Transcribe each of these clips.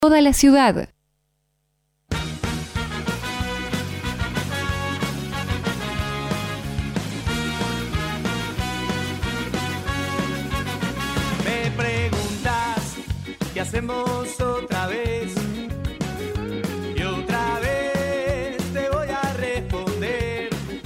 toda la ciudad. Me preguntas qué hacemos otra vez y otra vez te voy a responder.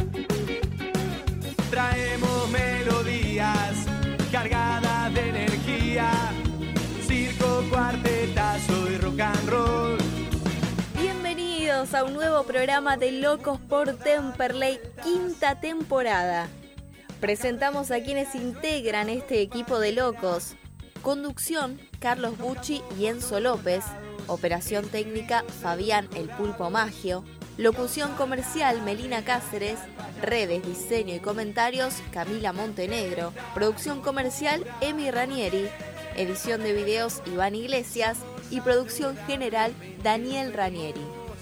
Traemos melodías cargadas de energía, circo, cuartetazo y rock and roll. Bienvenidos a un nuevo programa de Locos por Temperley, quinta temporada. Presentamos a quienes integran este equipo de locos. Conducción, Carlos Bucci y Enzo López. Operación técnica, Fabián El Pulpo Maggio. Locución comercial, Melina Cáceres. Redes, diseño y comentarios, Camila Montenegro. Producción comercial, Emi Ranieri. Edición de videos, Iván Iglesias. Y producción general, Daniel Ranieri.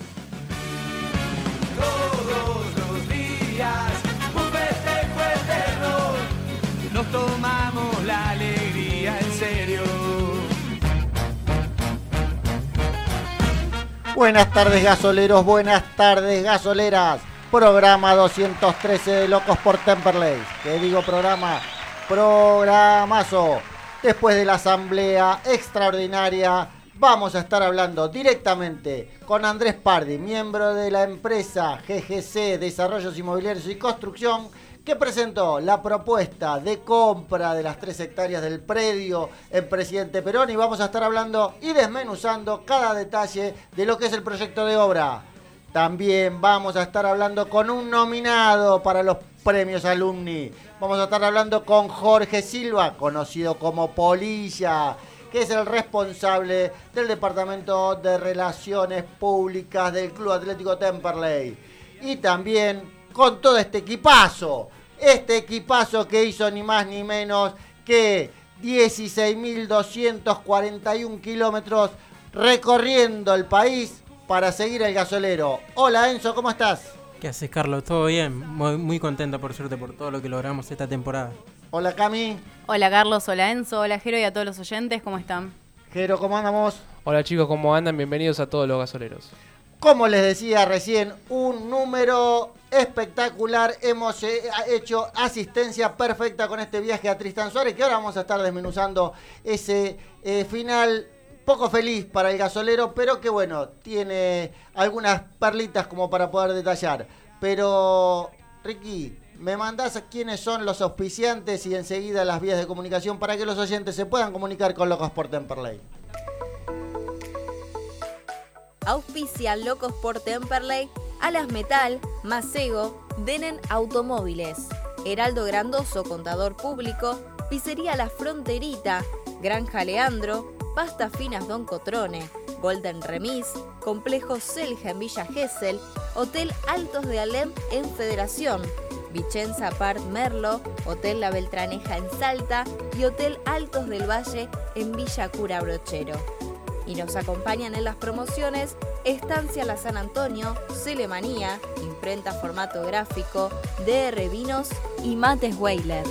Todos los días un festejo eterno, nos tomamos la alegría en serio. Buenas tardes gasoleros, buenas tardes gasoleras. Programa 213 de Locos por Temperley. ¿Qué digo programa? Programazo. Después de la asamblea extraordinaria, vamos a estar hablando directamente con Andrés Pardi, miembro de la empresa GGC Desarrollos Inmobiliarios y Construcción, que presentó la propuesta de compra de las 3 hectáreas del predio en Presidente Perón, y vamos a estar hablando y desmenuzando cada detalle de lo que es el proyecto de obra. También vamos a estar hablando con un nominado para los premios Alumni. Vamos a estar hablando con Jorge Silva, conocido como Polilla, que es el responsable del Departamento de Relaciones Públicas del Club Atlético Temperley. Y también con todo este equipazo que hizo ni más ni menos que 16.241 kilómetros recorriendo el país para seguir el gasolero. Hola Enzo, ¿cómo estás? ¿Qué haces, Carlos? ¿Todo bien? Muy contento, por suerte, por todo lo que logramos esta temporada. Hola Cami. Hola Carlos, hola Enzo, hola Jero y a todos los oyentes, ¿cómo están? Jero, ¿cómo andamos? Hola chicos, ¿cómo andan? Bienvenidos a todos los gasoleros. Como les decía recién, un número espectacular. Hemos hecho asistencia perfecta con este viaje a Tristán Suárez, que ahora vamos a estar desmenuzando ese final poco feliz para el gasolero, pero que bueno, tiene algunas perlitas como para poder detallar. Pero, Ricky, ¿me mandás a quiénes son los auspiciantes y enseguida las vías de comunicación para que los oyentes se puedan comunicar con Locos por Temperley? Auspician Locos por Temperley, Alas Metal, Macego, Denen Automóviles, Heraldo Grandoso, Contador Público, Pizzería La Fronterita, Granja Leandro, Pastas Finas Don Cotrone, Golden Remis, Complejo Selja en Villa Gesell, Hotel Altos de Alem en Federación, Vicenza Part Merlo, Hotel La Beltraneja en Salta y Hotel Altos del Valle en Villa Cura Brochero. Y nos acompañan en las promociones Estancia La San Antonio, Celemanía, Imprenta Formato Gráfico, DR Vinos y Mates Weiler.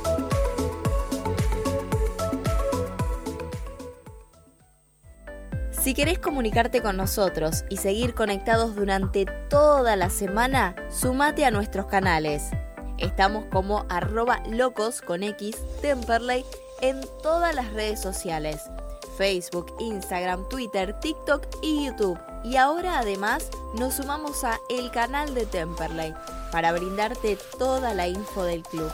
Si querés comunicarte con nosotros y seguir conectados durante toda la semana, sumate a nuestros canales. Estamos como @locos con X Temperley en todas las redes sociales: Facebook, Instagram, Twitter, TikTok y YouTube. Y ahora además nos sumamos a el canal de Temperley para brindarte toda la info del club.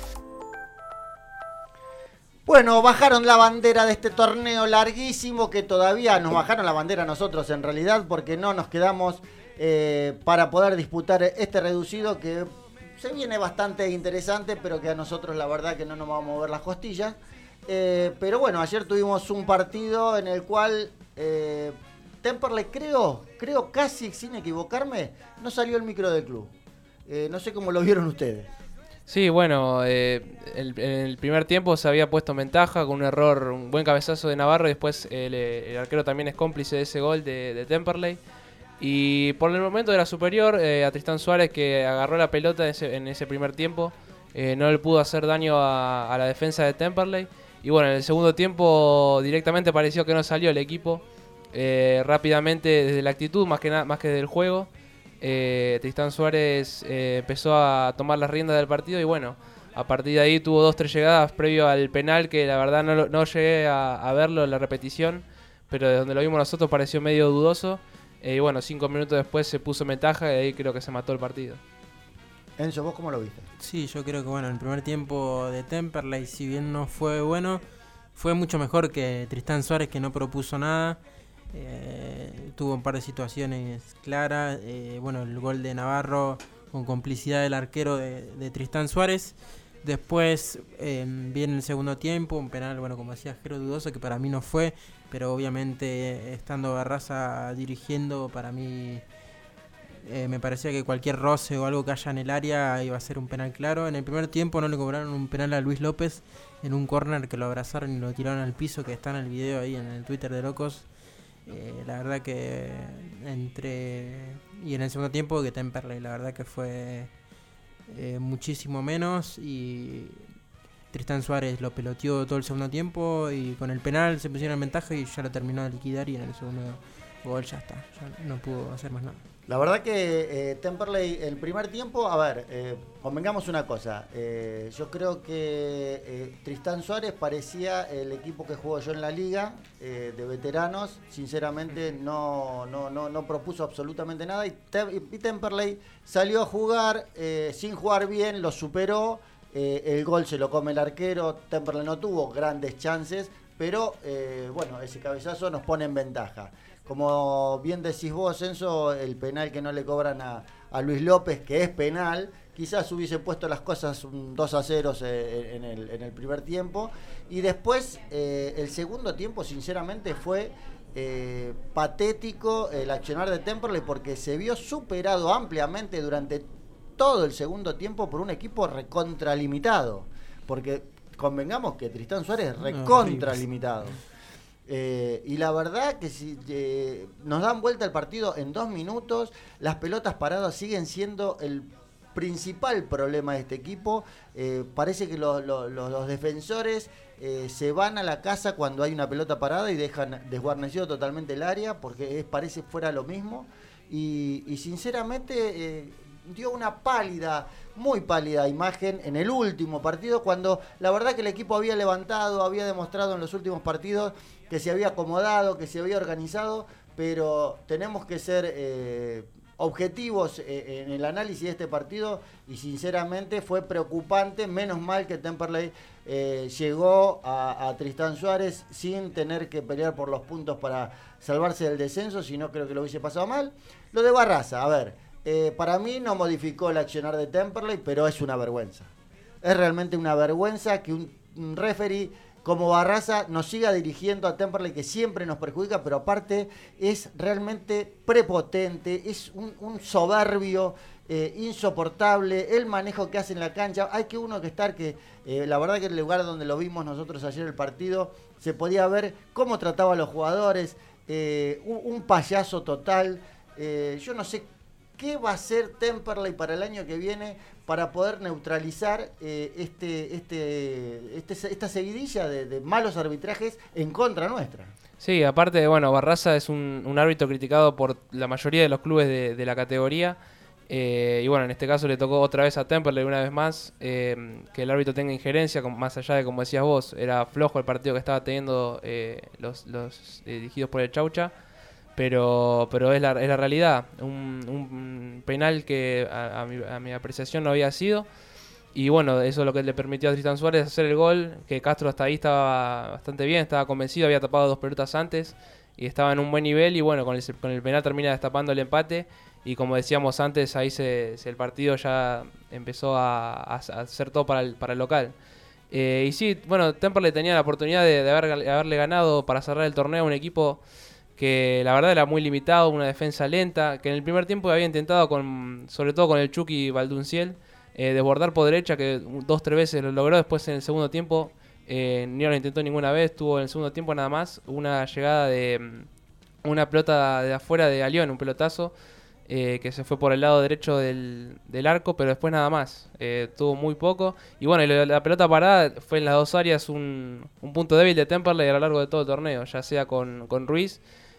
Bueno, bajaron la bandera de este torneo larguísimo, que todavía nos bajaron la bandera a nosotros en realidad, porque no nos quedamos para poder disputar este reducido que se viene bastante interesante, pero que a nosotros la verdad que no nos va a mover las costillas. Pero bueno, ayer tuvimos un partido en el cual Temperley, creo casi sin equivocarme, no salió el micro del club. No sé cómo lo vieron ustedes. Sí, bueno, en el primer tiempo se había puesto en ventaja con un error, un buen cabezazo de Navarro, y después el arquero también es cómplice de ese gol de Temperley. Y por el momento era superior a Tristán Suárez, que agarró la pelota en ese primer tiempo. No le pudo hacer daño a la defensa de Temperley. Y bueno, en el segundo tiempo directamente pareció que no salió el equipo. rápidamente desde la actitud, más que desde el juego. Tristán Suárez empezó a tomar las riendas del partido y bueno, a partir de ahí tuvo 2-3 llegadas previo al penal que la verdad no llegué a verlo en la repetición, pero de donde lo vimos nosotros pareció medio dudoso. Y bueno, 5 minutos después se puso en ventaja y ahí creo que se mató el partido. Enzo, ¿vos cómo lo viste? Sí, yo creo que bueno, el primer tiempo de Temperley, si bien no fue bueno, fue mucho mejor que Tristán Suárez, que no propuso nada. Tuvo un par de situaciones claras. Bueno, el gol de Navarro con complicidad del arquero de Tristán Suárez. Después viene el segundo tiempo, un penal, bueno, como decía Jero, dudoso, que para mí no fue, pero obviamente estando Barraza dirigiendo, para mí me parecía que cualquier roce o algo que haya en el área iba a ser un penal claro. En el primer tiempo no le cobraron un penal a Luis López en un córner que lo abrazaron y lo tiraron al piso, que está en el video ahí en el Twitter de Locos. La verdad que y en el segundo tiempo que Temperley, la verdad que fue muchísimo menos, y Tristán Suárez lo peloteó todo el segundo tiempo y con el penal se pusieron en ventaja y ya lo terminó de liquidar, y en el segundo gol ya está, ya no pudo hacer más nada. La verdad que Temperley, el primer tiempo, a ver, convengamos una cosa, yo creo que Tristán Suárez parecía el equipo que juego yo en la liga, de veteranos. Sinceramente no propuso absolutamente nada, y Temperley salió a jugar sin jugar bien, lo superó, el gol se lo come el arquero. Temperley no tuvo grandes chances, pero bueno, ese cabezazo nos pone en ventaja. Como bien decís vos, Enzo, el penal que no le cobran a Luis López, que es penal, quizás hubiese puesto las cosas 2-0 en el primer tiempo. Y después, el segundo tiempo, sinceramente, fue patético el accionar de Temperley, porque se vio superado ampliamente durante todo el segundo tiempo por un equipo recontralimitado. Porque convengamos que Tristán Suárez es recontralimitado. Y la verdad que si nos dan vuelta el partido en 2 minutos, las pelotas paradas siguen siendo el principal problema de este equipo. Parece que los defensores se van a la casa cuando hay una pelota parada y dejan desguarnecido totalmente el área, porque parece fuera lo mismo. Y sinceramente dio una muy pálida imagen en el último partido, cuando la verdad que el equipo había levantado, había demostrado en los últimos partidos que se había acomodado, que se había organizado, pero tenemos que ser objetivos en el análisis de este partido, y sinceramente fue preocupante. Menos mal que Temperley llegó a Tristán Suárez sin tener que pelear por los puntos para salvarse del descenso, si no creo que lo hubiese pasado mal. Lo de Barraza, a ver, para mí no modificó el accionar de Temperley, pero es una vergüenza. Es realmente una vergüenza que un referee como Barraza nos siga dirigiendo a Temperley, que siempre nos perjudica, pero aparte es realmente prepotente, es un soberbio insoportable el manejo que hace en la cancha. Hay que estar la verdad que en el lugar donde lo vimos nosotros ayer el partido, se podía ver cómo trataba a los jugadores, un payaso total. Yo no sé qué va a hacer Temperley para el año que viene para poder neutralizar esta seguidilla de malos arbitrajes en contra nuestra. Sí, aparte, bueno, Barraza es un árbitro criticado por la mayoría de los clubes de la categoría. Y bueno, en este caso le tocó otra vez a Temperley una vez más que el árbitro tenga injerencia, más allá de, como decías vos, era flojo el partido que estaba teniendo los dirigidos por el Chaucha. Pero es la realidad. Un penal que a mi apreciación no había sido. Y bueno, eso es lo que le permitió a Tristán Suárez hacer el gol. Que Castro hasta ahí estaba bastante bien, estaba convencido, había tapado 2 pelotas antes y estaba en un buen nivel. Y bueno, con el penal termina destapando el empate. Y como decíamos antes, ahí el partido ya empezó a hacer todo para el local. Y sí, bueno, Temperley tenía la oportunidad de haberle ganado para cerrar el torneo a un equipo que la verdad era muy limitado, una defensa lenta, que en el primer tiempo había intentado, sobre todo con el Chucky Valdunciel, desbordar por derecha, que 2-3 veces lo logró. Después en el segundo tiempo ni lo intentó ninguna vez. Tuvo en el segundo tiempo nada más una llegada de una pelota de afuera de Alión, un pelotazo que se fue por el lado derecho del arco, pero después nada más. Tuvo muy poco. Y bueno, la pelota parada fue en las dos áreas un punto débil de Temperley a lo largo de todo el torneo, ya sea con Ruiz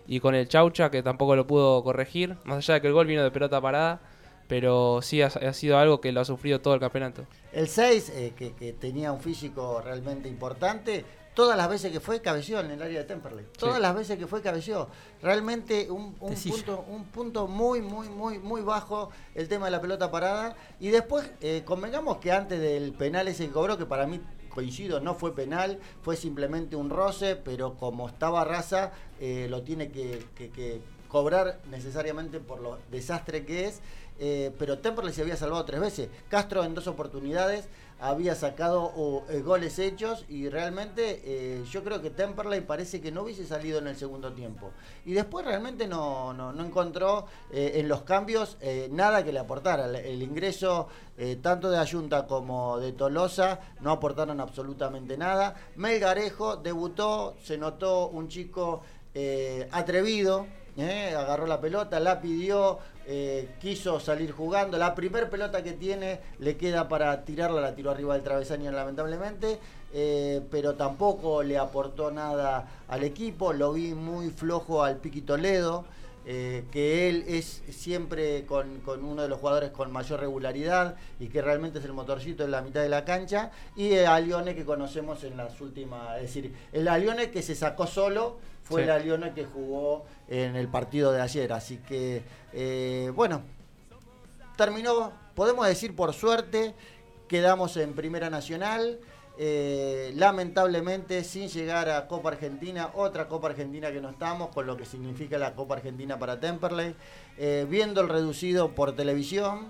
y con el Chaucha, que tampoco lo pudo corregir, más allá de que el gol vino de pelota parada, pero sí ha sido algo que lo ha sufrido todo el campeonato. El 6, que tenía un físico realmente importante, todas las veces que fue cabeció en el área de Temperley. Todas las veces que fue cabeció. Realmente un punto muy bajo el tema de la pelota parada. Y después, convengamos que antes del penal ese que cobró, que para mí, coincido, no fue penal, fue simplemente un roce, pero como estaba Raza, lo tiene que cobrar necesariamente por lo desastre que es. Pero Temperley se había salvado 3 veces. Castro en 2 oportunidades había sacado goles hechos y realmente yo creo que Temperley parece que no hubiese salido en el segundo tiempo. Y después realmente no encontró en los cambios nada que le aportara. El ingreso tanto de Ayunta como de Tolosa no aportaron absolutamente nada. Melgarejo debutó, se notó un chico atrevido. Agarró la pelota, la pidió, quiso salir jugando. La primer pelota que tiene le queda para tirarla, la tiró arriba del travesaño lamentablemente, pero tampoco le aportó nada al equipo. Lo vi muy flojo al Piqui Toledo, que él es siempre con uno de los jugadores con mayor regularidad y que realmente es el motorcito en la mitad de la cancha, y a Lione, que conocemos en las últimas, es decir, el Lione que se sacó solo fue la Lione que jugó en el partido de ayer. Así que, bueno, terminó, podemos decir por suerte, quedamos en Primera Nacional. Lamentablemente sin llegar a Copa Argentina, otra Copa Argentina que no estamos, con lo que significa la Copa Argentina para Temperley, viendo el reducido por televisión,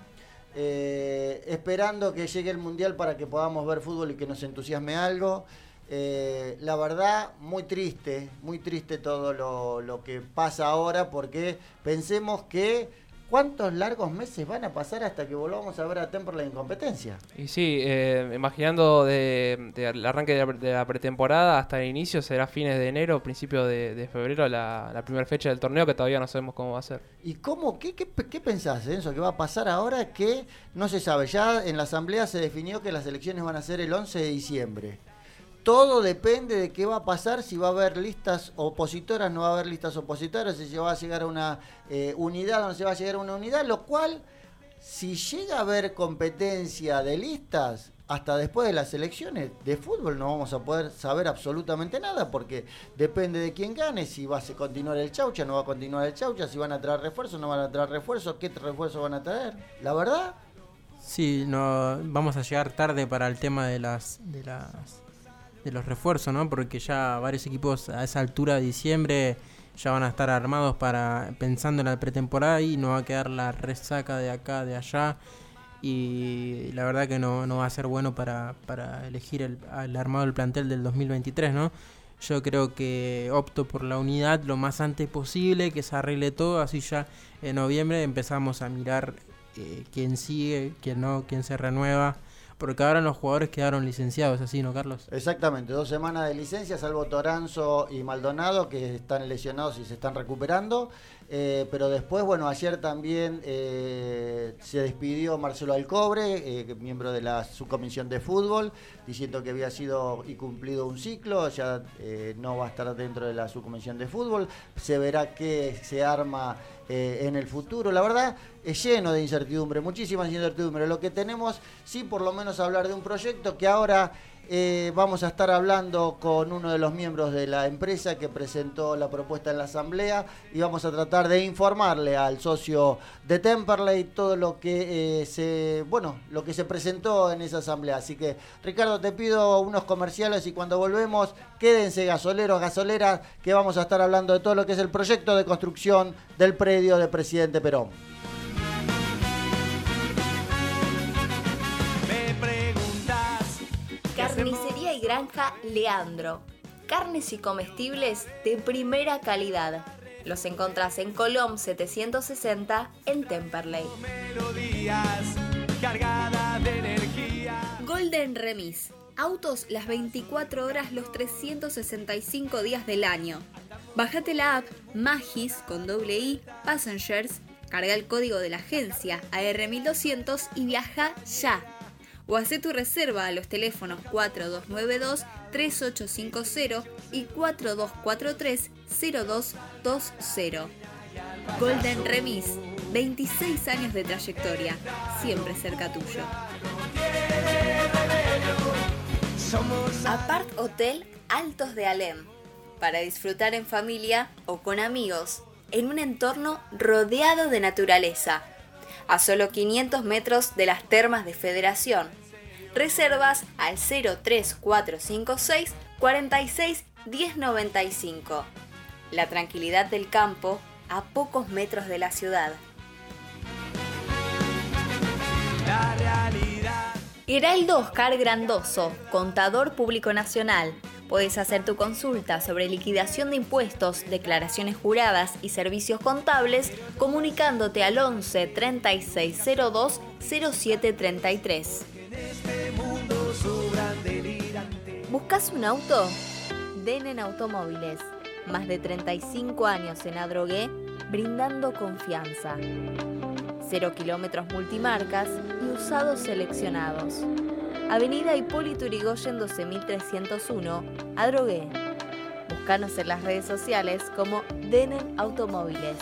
esperando que llegue el Mundial para que podamos ver fútbol y que nos entusiasme algo. La verdad, muy triste todo lo que pasa ahora, porque pensemos que ¿cuántos largos meses van a pasar hasta que volvamos a ver a Temperley en competencia? Y sí, imaginando el arranque de la pretemporada hasta el inicio, será fines de enero, principio de febrero, la primera fecha del torneo, que todavía no sabemos cómo va a ser. ¿Y qué pensás, Enzo, que va a pasar ahora que no se sabe? Ya en la asamblea se definió que las elecciones van a ser el 11 de diciembre. Todo depende de qué va a pasar, si va a haber listas opositoras, no va a haber listas opositoras, si se va a llegar a una unidad o no se va a llegar a una unidad, lo cual, si llega a haber competencia de listas, hasta después de las elecciones de fútbol no vamos a poder saber absolutamente nada, porque depende de quién gane, si va a continuar el Chaucha, no va a continuar el Chaucha, si van a traer refuerzos, no van a traer refuerzos, qué refuerzos van a traer. La verdad... Sí, no, vamos a llegar tarde para el tema de los refuerzos, ¿no? Porque ya varios equipos a esa altura de diciembre ya van a estar armados pensando en la pretemporada, y no va a quedar la resaca de acá, de allá, y la verdad que no va a ser bueno para elegir el armado del plantel del 2023, ¿no? Yo creo que opto por la unidad lo más antes posible, que se arregle todo, así ya en noviembre empezamos a mirar quién sigue, quién no, quién se renueva. Porque ahora los jugadores quedaron licenciados, ¿así, no, Carlos? Exactamente, 2 semanas de licencia, salvo Toranzo y Maldonado, que están lesionados y se están recuperando. Pero después, bueno, ayer también se despidió Marcelo Alcobre, miembro de la subcomisión de fútbol, diciendo que había sido y cumplido un ciclo, ya no va a estar dentro de la subcomisión de fútbol. Se verá qué se arma en el futuro. La verdad es lleno de incertidumbre, muchísimas incertidumbres. Lo que tenemos, sí, por lo menos hablar de un proyecto que ahora vamos a estar hablando con uno de los miembros de la empresa que presentó la propuesta en la asamblea, y vamos a tratar de informarle al socio de Temperley todo lo que lo que se presentó en esa asamblea. Así que, Ricardo, te pido unos comerciales y cuando volvemos, quédense gasoleros, gasoleras, que vamos a estar hablando de todo lo que es el proyecto de construcción del predio de Presidente Perón. Carnicería y Granja Leandro. Carnes y comestibles de primera calidad. Los encontrás en Colom 760 en Temperley. Melodías cargadas de energía. Golden Remis. Autos las 24 horas, los 365 días del año. Bájate la app Magis con doble I Passengers, carga el código de la agencia AR1200 y viaja ya. O hacé tu reserva a los teléfonos 4292 3850 y 4243-0220. Golden Remis, 26 años de trayectoria, siempre cerca tuyo. Apart Hotel Altos de Alem, para disfrutar en familia o con amigos, en un entorno rodeado de naturaleza, a solo 500 metros de las termas de Federación. Reservas al 03456 46 1095. La tranquilidad del campo a pocos metros de la ciudad. La realidad. Heraldo Oscar Grandoso, contador público nacional. Puedes hacer tu consulta sobre liquidación de impuestos, declaraciones juradas y servicios contables comunicándote al 11 3602 0733. ¿Buscas un auto? Denen Automóviles. Más de 35 años en Adrogué, brindando confianza. 0 kilómetros multimarcas y usados seleccionados. Avenida Hipólito Yrigoyen 12301, Adrogué. Búscanos en las redes sociales como Denen Automóviles.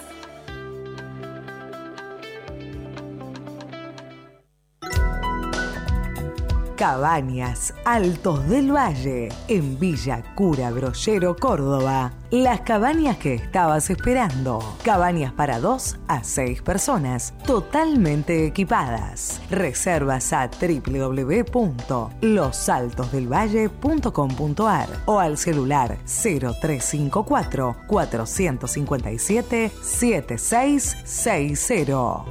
Cabañas Altos del Valle, en Villa Cura Brollero, Córdoba. Las cabañas que estabas esperando. Cabañas para 2 a 6 personas, totalmente equipadas. Reservas a www.losaltosdelvalle.com.ar o al celular 0354 457 7660.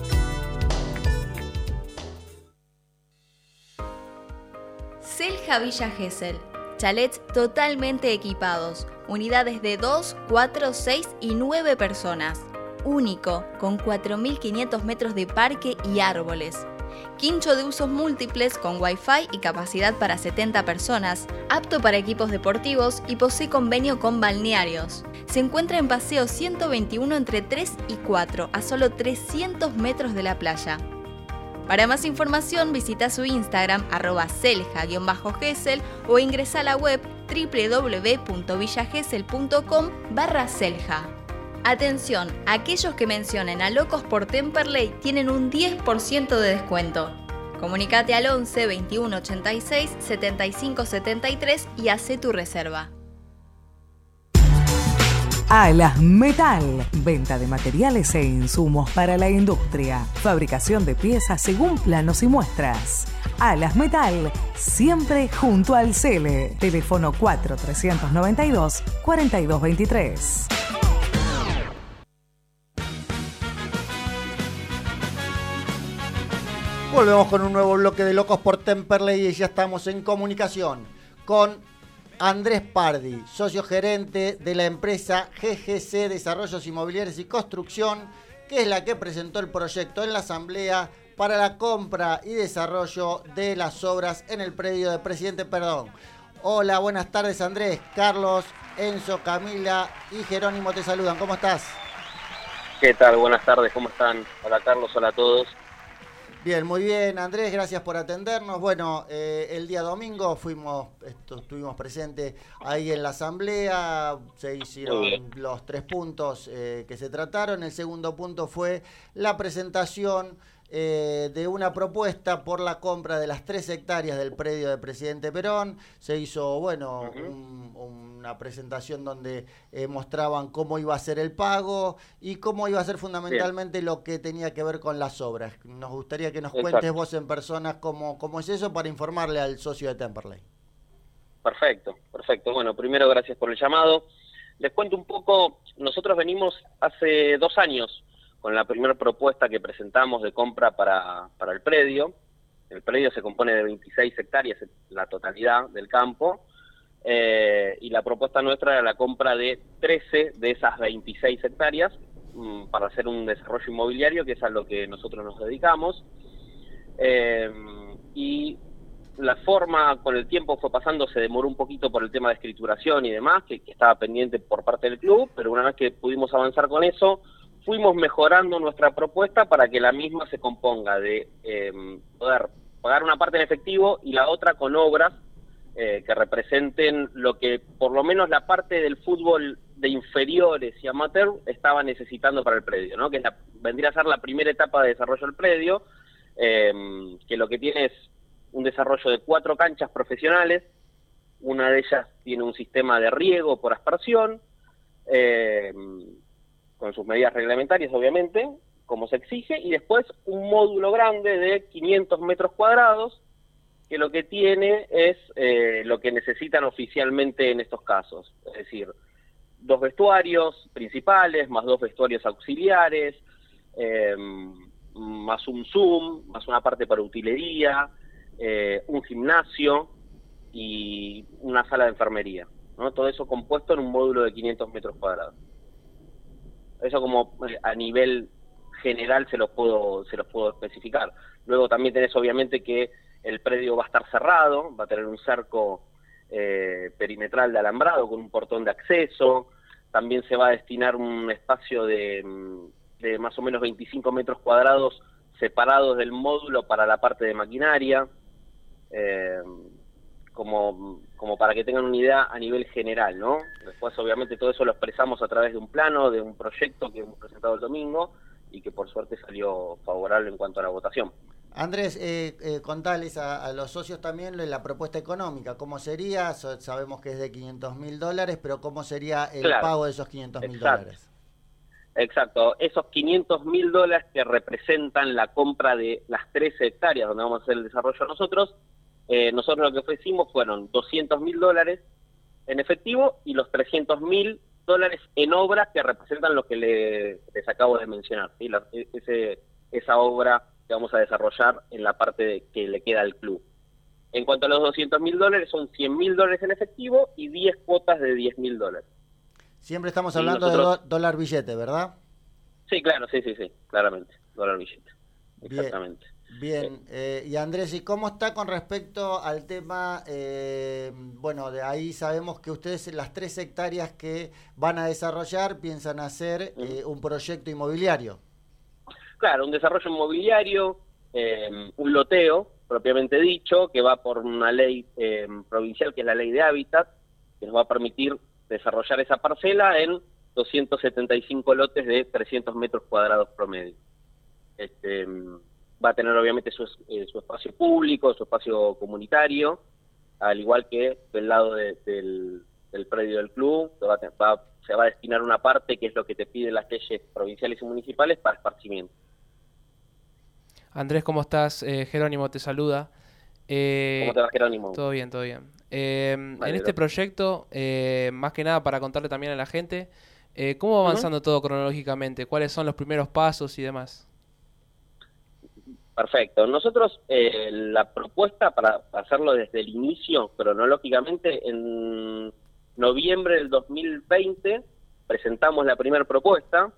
Selja Villa Gesell. Chalets totalmente equipados. Unidades de 2, 4, 6 y 9 personas. Único, con 4.500 metros de parque y árboles. Quincho de usos múltiples con Wi-Fi y capacidad para 70 personas. Apto para equipos deportivos y posee convenio con balnearios. Se encuentra en Paseo 121 entre 3 y 4, a solo 300 metros de la playa. Para más información visita su Instagram @selja_gesell o ingresa a la web www.villagesell.com/selja. Atención, aquellos que mencionen a Locos por Temperley tienen un 10% de descuento. Comunicate al 11 21 86 75 73 y hace tu reserva. Alas Metal, venta de materiales e insumos para la industria, fabricación de piezas según planos y muestras. Alas Metal, siempre junto al Cele. Teléfono 4392 4223. Volvemos con un nuevo bloque de Locos por Temperley y ya estamos en comunicación con Andrés Pardi, socio gerente de la empresa GGC Desarrollos Inmobiliarios y Construcción, que es la que presentó el proyecto en la asamblea para la compra y desarrollo de las obras en el predio de Presidente Perón. Hola, buenas tardes Andrés, Carlos, Enzo, Camila y Jerónimo te saludan, ¿cómo estás? ¿Qué tal? Buenas tardes, ¿cómo están? Hola Carlos, hola a todos. Bien, muy bien, Andrés, gracias por atendernos. Bueno, el día domingo estuvimos presentes ahí en la asamblea, se hicieron los 3 puntos que se trataron. El segundo punto fue la presentación de una propuesta por la compra de las 3 hectáreas del predio de Presidente Perón. Se hizo, bueno, una presentación donde mostraban cómo iba a ser el pago y cómo iba a ser fundamentalmente lo que tenía que ver con las obras. Nos gustaría que nos cuentes vos en persona cómo es eso para informarle al socio de Temperley. Perfecto. Bueno, primero gracias por el llamado. Les cuento un poco, nosotros venimos hace 2 años con la primera propuesta que presentamos de compra para el predio. El predio se compone de 26 hectáreas, la totalidad del campo, y la propuesta nuestra era la compra de 13 de esas 26 hectáreas para hacer un desarrollo inmobiliario, que es a lo que nosotros nos dedicamos. Y la forma con el tiempo fue pasando, se demoró un poquito por el tema de escrituración y demás, que estaba pendiente por parte del club, pero una vez que pudimos avanzar con eso, fuimos mejorando nuestra propuesta para que la misma se componga de poder pagar una parte en efectivo y la otra con obras que representen lo que por lo menos la parte del fútbol de inferiores y amateur estaba necesitando para el predio, ¿no? Que vendría a ser la primera etapa de desarrollo del predio, que lo que tiene es un desarrollo de 4 canchas profesionales. Una de ellas tiene un sistema de riego por aspersión, con sus medidas reglamentarias, obviamente, como se exige, y después un módulo grande de 500 metros cuadrados, que lo que tiene es lo que necesitan oficialmente en estos casos, es decir, 2 vestuarios principales, más 2 vestuarios auxiliares, más un Zoom, más una parte para utilería, un gimnasio y una sala de enfermería, ¿no? Todo eso compuesto en un módulo de 500 metros cuadrados. Eso como a nivel general se los puedo especificar. Luego también tenés obviamente que el predio va a estar cerrado, va a tener un cerco perimetral de alambrado con un portón de acceso. También se va a destinar un espacio de más o menos 25 metros cuadrados separados del módulo para la parte de maquinaria, como para que tengan una idea a nivel general, ¿no? Después obviamente todo eso lo expresamos a través de un plano, de un proyecto que hemos presentado el domingo y que por suerte salió favorable en cuanto a la votación. Andrés, contales a los socios también la propuesta económica, ¿cómo sería? Sabemos que es de $500.000, pero ¿cómo sería el pago de esos $500.000? Exacto, esos $500.000 que representan la compra de las 13 hectáreas donde vamos a hacer el desarrollo nosotros lo que ofrecimos fueron $200.000 en efectivo y los $300.000 en obras que representan lo que les acabo de mencionar, ¿sí? Esa obra que vamos a desarrollar en la parte que le queda al club. En cuanto a los $200.000, son $100.000 en efectivo y 10 cuotas de $10.000. Siempre estamos hablando de dólar billete, ¿verdad? Sí, claro, sí, claramente, dólar billete, exactamente. Bien, y Andrés, ¿y cómo está con respecto al tema, bueno, de ahí sabemos que ustedes las 3 hectáreas que van a desarrollar piensan hacer un proyecto inmobiliario? Claro, un desarrollo inmobiliario, un loteo, propiamente dicho, que va por una ley provincial, que es la ley de hábitat, que nos va a permitir desarrollar esa parcela en 275 lotes de 300 metros cuadrados promedio. Va a tener obviamente su espacio público, su espacio comunitario, al igual que del lado del predio del club, se va a destinar una parte, que es lo que te piden las leyes provinciales y municipales, para esparcimiento. Andrés, ¿cómo estás? Jerónimo te saluda. ¿Cómo te va, Jerónimo? Todo bien, todo bien. En este proyecto, más que nada para contarle también a la gente, ¿cómo va avanzando todo cronológicamente? ¿Cuáles son los primeros pasos y demás? Perfecto. Nosotros la propuesta para hacerlo desde el inicio, cronológicamente, en noviembre del 2020 presentamos la primera propuesta,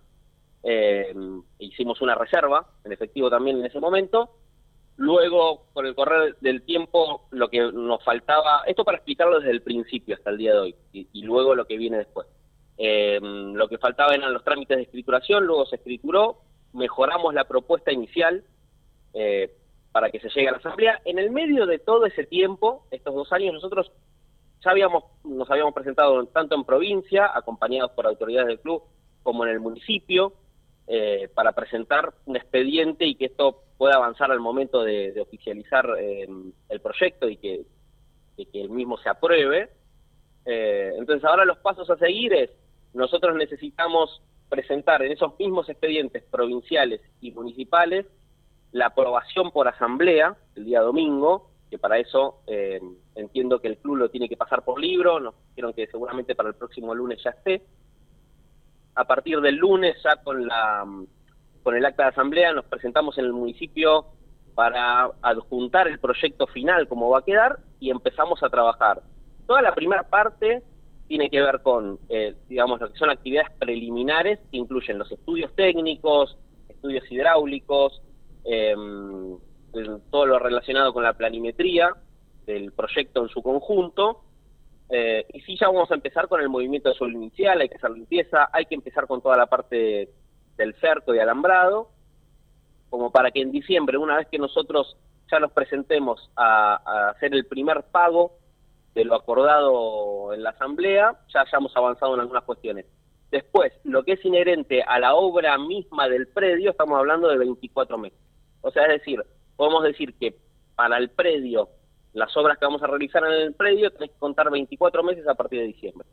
hicimos una reserva, en efectivo también en ese momento. Luego, con el correr del tiempo, lo que nos faltaba, esto para explicarlo desde el principio hasta el día de hoy, y luego lo que viene después. Lo que faltaba eran los trámites de escrituración, luego se escrituró, mejoramos la propuesta inicial, para que se llegue a la asamblea. En el medio de todo ese tiempo, estos 2 años, nosotros ya nos habíamos presentado tanto en provincia, acompañados por autoridades del club, como en el municipio, para presentar un expediente y que esto pueda avanzar al momento de oficializar el proyecto y que el mismo se apruebe. Entonces ahora los pasos a seguir es, nosotros necesitamos presentar en esos mismos expedientes provinciales y municipales la aprobación por asamblea el día domingo, que para eso entiendo que el club lo tiene que pasar por libro, nos dijeron que seguramente para el próximo lunes ya esté. A partir del lunes, ya con el acta de asamblea, nos presentamos en el municipio para adjuntar el proyecto final, cómo va a quedar, y empezamos a trabajar. Toda la primera parte tiene que ver con, digamos, lo que son actividades preliminares, que incluyen los estudios técnicos, estudios hidráulicos, todo lo relacionado con la planimetría del proyecto en su conjunto, y sí, ya vamos a empezar con el movimiento de suelo inicial, hay que hacer limpieza, hay que empezar con toda la parte del cerco y alambrado, como para que en diciembre, una vez que nosotros ya nos presentemos a hacer el primer pago de lo acordado en la asamblea, ya hayamos avanzado en algunas cuestiones. Después, lo que es inherente a la obra misma del predio, estamos hablando de 24 meses. O sea, es decir, podemos decir que para el predio, las obras que vamos a realizar en el predio, tenés que contar 24 meses a partir de diciembre.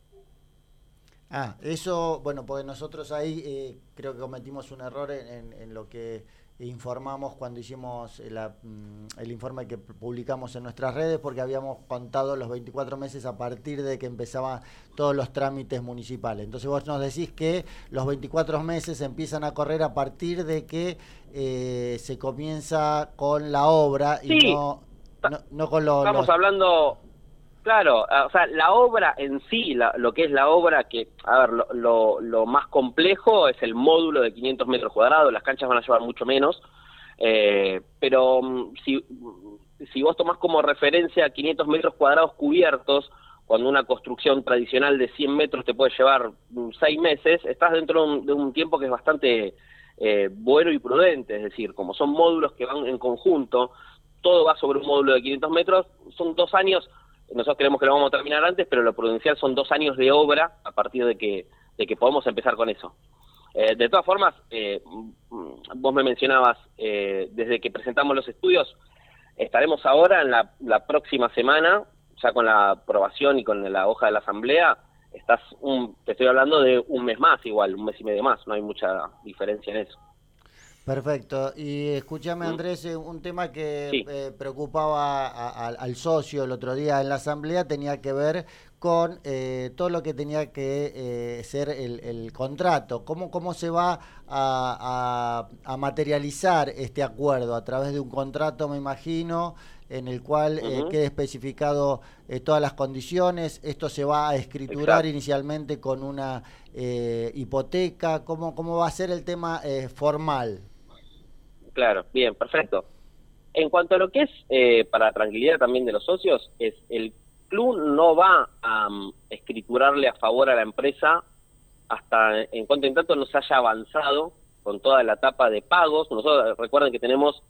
Eso, bueno, porque nosotros ahí creo que cometimos un error en lo que informamos cuando hicimos el informe que publicamos en nuestras redes, porque habíamos contado los 24 meses a partir de que empezaban todos los trámites municipales. Entonces vos nos decís que los 24 meses empiezan a correr a partir de que se comienza con la obra, sí, y no con los... Estamos hablando... Claro, o sea, la obra en sí, lo que es la obra, que, a ver, lo más complejo es el módulo de 500 metros cuadrados, las canchas van a llevar mucho menos, pero si vos tomás como referencia 500 metros cuadrados cubiertos, cuando una construcción tradicional de 100 metros te puede llevar 6 meses, estás dentro de un tiempo que es bastante bueno y prudente, es decir, como son módulos que van en conjunto, todo va sobre un módulo de 500 metros, son 2 años. Nosotros creemos que lo vamos a terminar antes, pero lo prudencial son 2 años de obra a partir de que podamos empezar con eso. De todas formas, vos me mencionabas, desde que presentamos los estudios, estaremos ahora en la próxima semana, ya con la aprobación y con la hoja de la asamblea, te estoy hablando de un mes más igual, un mes y medio más, no hay mucha diferencia en eso. Perfecto. Y escúchame, Andrés, un tema que preocupaba al socio el otro día en la asamblea tenía que ver con todo lo que tenía que ser el contrato. ¿Cómo se va a materializar este acuerdo? A través de un contrato, me imagino, en el cual quede especificado todas las condiciones. Esto se va a escriturar inicialmente con una hipoteca. ¿Cómo va a ser el tema formal? Claro, bien, perfecto. En cuanto a lo que es, para la tranquilidad también de los socios, es el club no va a escriturarle a favor a la empresa hasta en cuanto en tanto no se haya avanzado con toda la etapa de pagos. Nosotros recuerden que tenemos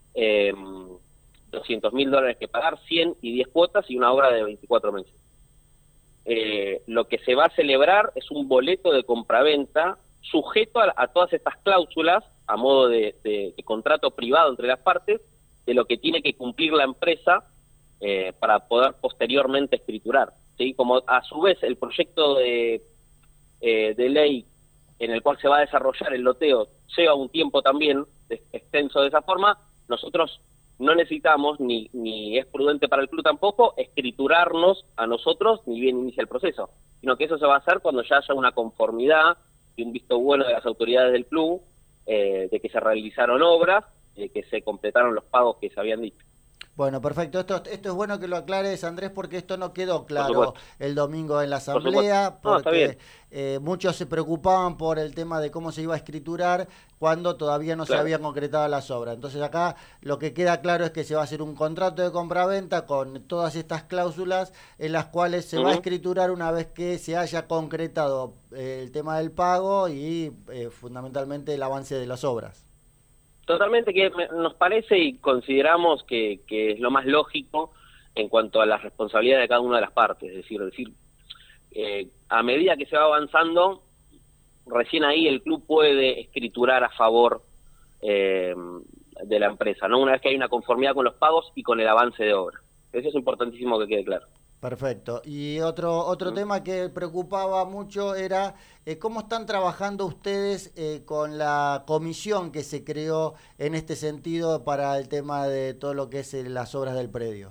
$200.000 que pagar, 100 y 10 cuotas y una obra de 24 meses. Lo que se va a celebrar es un boleto de compraventa sujeto a todas estas cláusulas a modo de contrato privado entre las partes, de lo que tiene que cumplir la empresa para poder posteriormente escriturar, ¿sí? Como a su vez el proyecto de ley en el cual se va a desarrollar el loteo lleva un tiempo también extenso de esa forma, nosotros no necesitamos, ni es prudente para el club tampoco, escriturarnos a nosotros ni bien inicia el proceso, sino que eso se va a hacer cuando ya haya una conformidad y un visto bueno de las autoridades del club, de que se realizaron obras, de que se completaron los pagos que se habían dicho. Bueno, perfecto. Esto es bueno que lo aclares, Andrés, porque esto no quedó claro el domingo en la asamblea, porque muchos se preocupaban por el tema de cómo se iba a escriturar cuando todavía no se habían concretado las obras. Entonces acá lo que queda claro es que se va a hacer un contrato de compraventa con todas estas cláusulas en las cuales se va a escriturar una vez que se haya concretado el tema del pago y fundamentalmente el avance de las obras. Totalmente, que nos parece y consideramos que es lo más lógico en cuanto a las responsabilidades de cada una de las partes. Es decir, a medida que se va avanzando, recién ahí el club puede escriturar a favor de la empresa, ¿no? Una vez que hay una conformidad con los pagos y con el avance de obra. Eso es importantísimo que quede claro. Perfecto. Y otro tema que preocupaba mucho era cómo están trabajando ustedes con la comisión que se creó en este sentido para el tema de todo lo que es las obras del predio.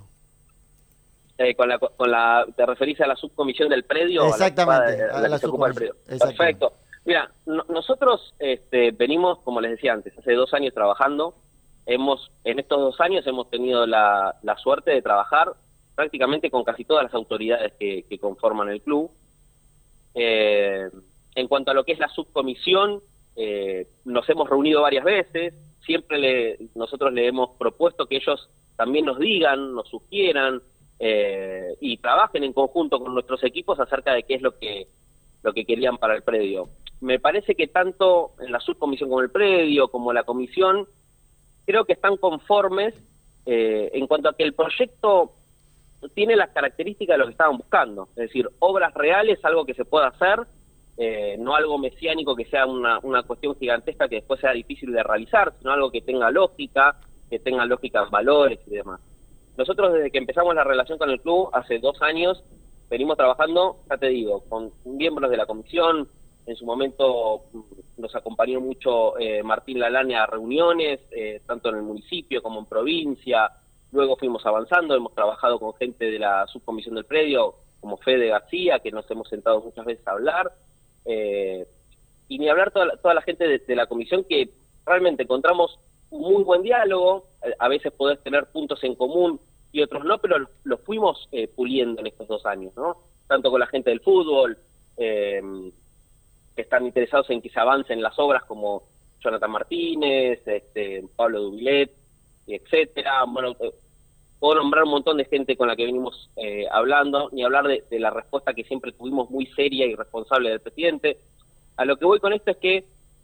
¿Te referís a la subcomisión del predio? Exactamente, a la que se ocupa del predio. Perfecto. Mira, nosotros venimos, como les decía antes, hace 2 años trabajando. En estos 2 años hemos tenido la suerte de trabajar prácticamente con casi todas las autoridades que conforman el club. En cuanto a lo que es la subcomisión, nos hemos reunido varias veces, siempre nosotros le hemos propuesto que ellos también nos digan, nos sugieran y trabajen en conjunto con nuestros equipos acerca de qué es lo que querían para el predio. Me parece que tanto en la subcomisión como el predio, como la comisión, creo que están conformes en cuanto a que el proyecto tiene las características de lo que estaban buscando, es decir, obras reales, algo que se pueda hacer, no algo mesiánico que sea una cuestión gigantesca que después sea difícil de realizar, sino algo que tenga lógica en valores y demás. Nosotros desde que empezamos la relación con el club, hace 2 años, venimos trabajando, ya te digo, con miembros de la comisión. En su momento nos acompañó mucho Martín Lalane a reuniones, tanto en el municipio como en provincia. Luego fuimos avanzando, hemos trabajado con gente de la subcomisión del predio, como Fede García, que nos hemos sentado muchas veces a hablar. Y ni hablar toda la gente de la comisión, que realmente encontramos un muy buen diálogo. A veces podés tener puntos en común y otros no, pero los fuimos puliendo en estos 2 años, ¿no? Tanto con la gente del fútbol, que están interesados en que se avancen las obras, como Jonathan Martínez, Pablo Dubilet, etcétera. Bueno, puedo nombrar un montón de gente con la que venimos hablando, ni hablar de la respuesta que siempre tuvimos muy seria y responsable del presidente. A lo que voy con esto es que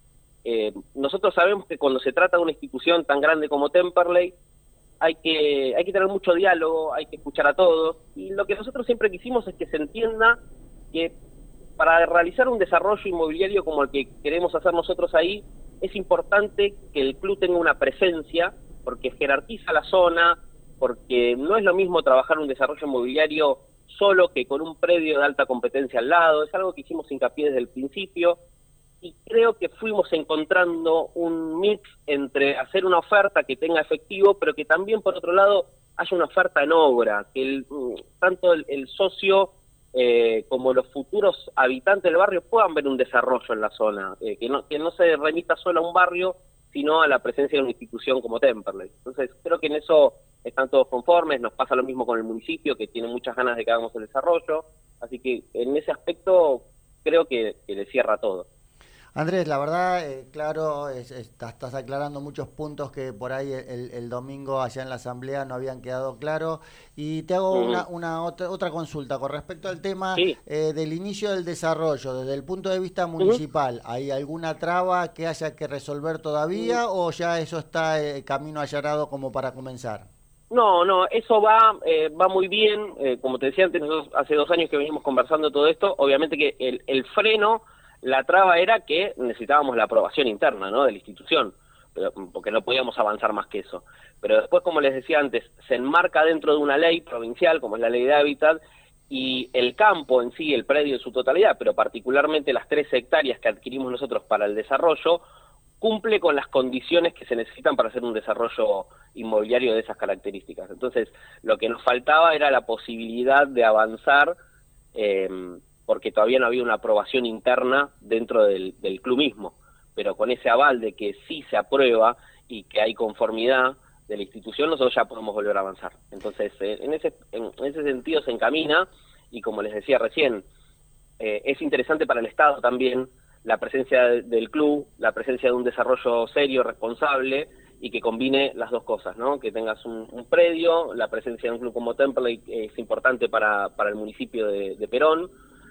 nosotros sabemos que cuando se trata de una institución tan grande como Temperley, hay que tener mucho diálogo, hay que escuchar a todos, y lo que nosotros siempre quisimos es que se entienda que para realizar un desarrollo inmobiliario como el que queremos hacer nosotros ahí, es importante que el club tenga una presencia, porque jerarquiza la zona, porque no es lo mismo trabajar un desarrollo inmobiliario solo que con un predio de alta competencia al lado. Es algo que hicimos hincapié desde el principio, y creo que fuimos encontrando un mix entre hacer una oferta que tenga efectivo, pero que también, por otro lado, haya una oferta en obra, que tanto el socio como los futuros habitantes del barrio puedan ver un desarrollo en la zona, que no se remita solo a un barrio, sino a la presencia de una institución como Temperley. Entonces, creo que en eso están todos conformes. Nos pasa lo mismo con el municipio, que tiene muchas ganas de que hagamos el desarrollo, así que en ese aspecto creo que le cierra todo. Andrés, la verdad, claro, estás aclarando muchos puntos que por ahí el domingo allá en la asamblea no habían quedado claros. Y te hago otra consulta con respecto al tema del inicio del desarrollo. Desde el punto de vista municipal, ¿hay alguna traba que haya que resolver todavía o ya eso está camino allanado como para comenzar? No, eso va muy bien. Como te decía antes, nosotros hace 2 años que venimos conversando todo esto. Obviamente que el freno... La traba era que necesitábamos la aprobación interna, ¿no?, de la institución, porque no podíamos avanzar más que eso. Pero después, como les decía antes, se enmarca dentro de una ley provincial, como es la ley de hábitat, y el campo en sí, el predio en su totalidad, pero particularmente las 13 hectáreas que adquirimos nosotros para el desarrollo, cumple con las condiciones que se necesitan para hacer un desarrollo inmobiliario de esas características. Entonces, lo que nos faltaba era la posibilidad de avanzar, porque todavía no había una aprobación interna dentro del club mismo, pero con ese aval de que sí se aprueba y que hay conformidad de la institución, nosotros ya podemos volver a avanzar. Entonces, en ese sentido se encamina, y como les decía recién, es interesante para el Estado también la presencia del club, la presencia de un desarrollo serio, responsable, y que combine las dos cosas, ¿no? Que tengas un predio, la presencia de un club como Temperley es importante para el municipio de Perón,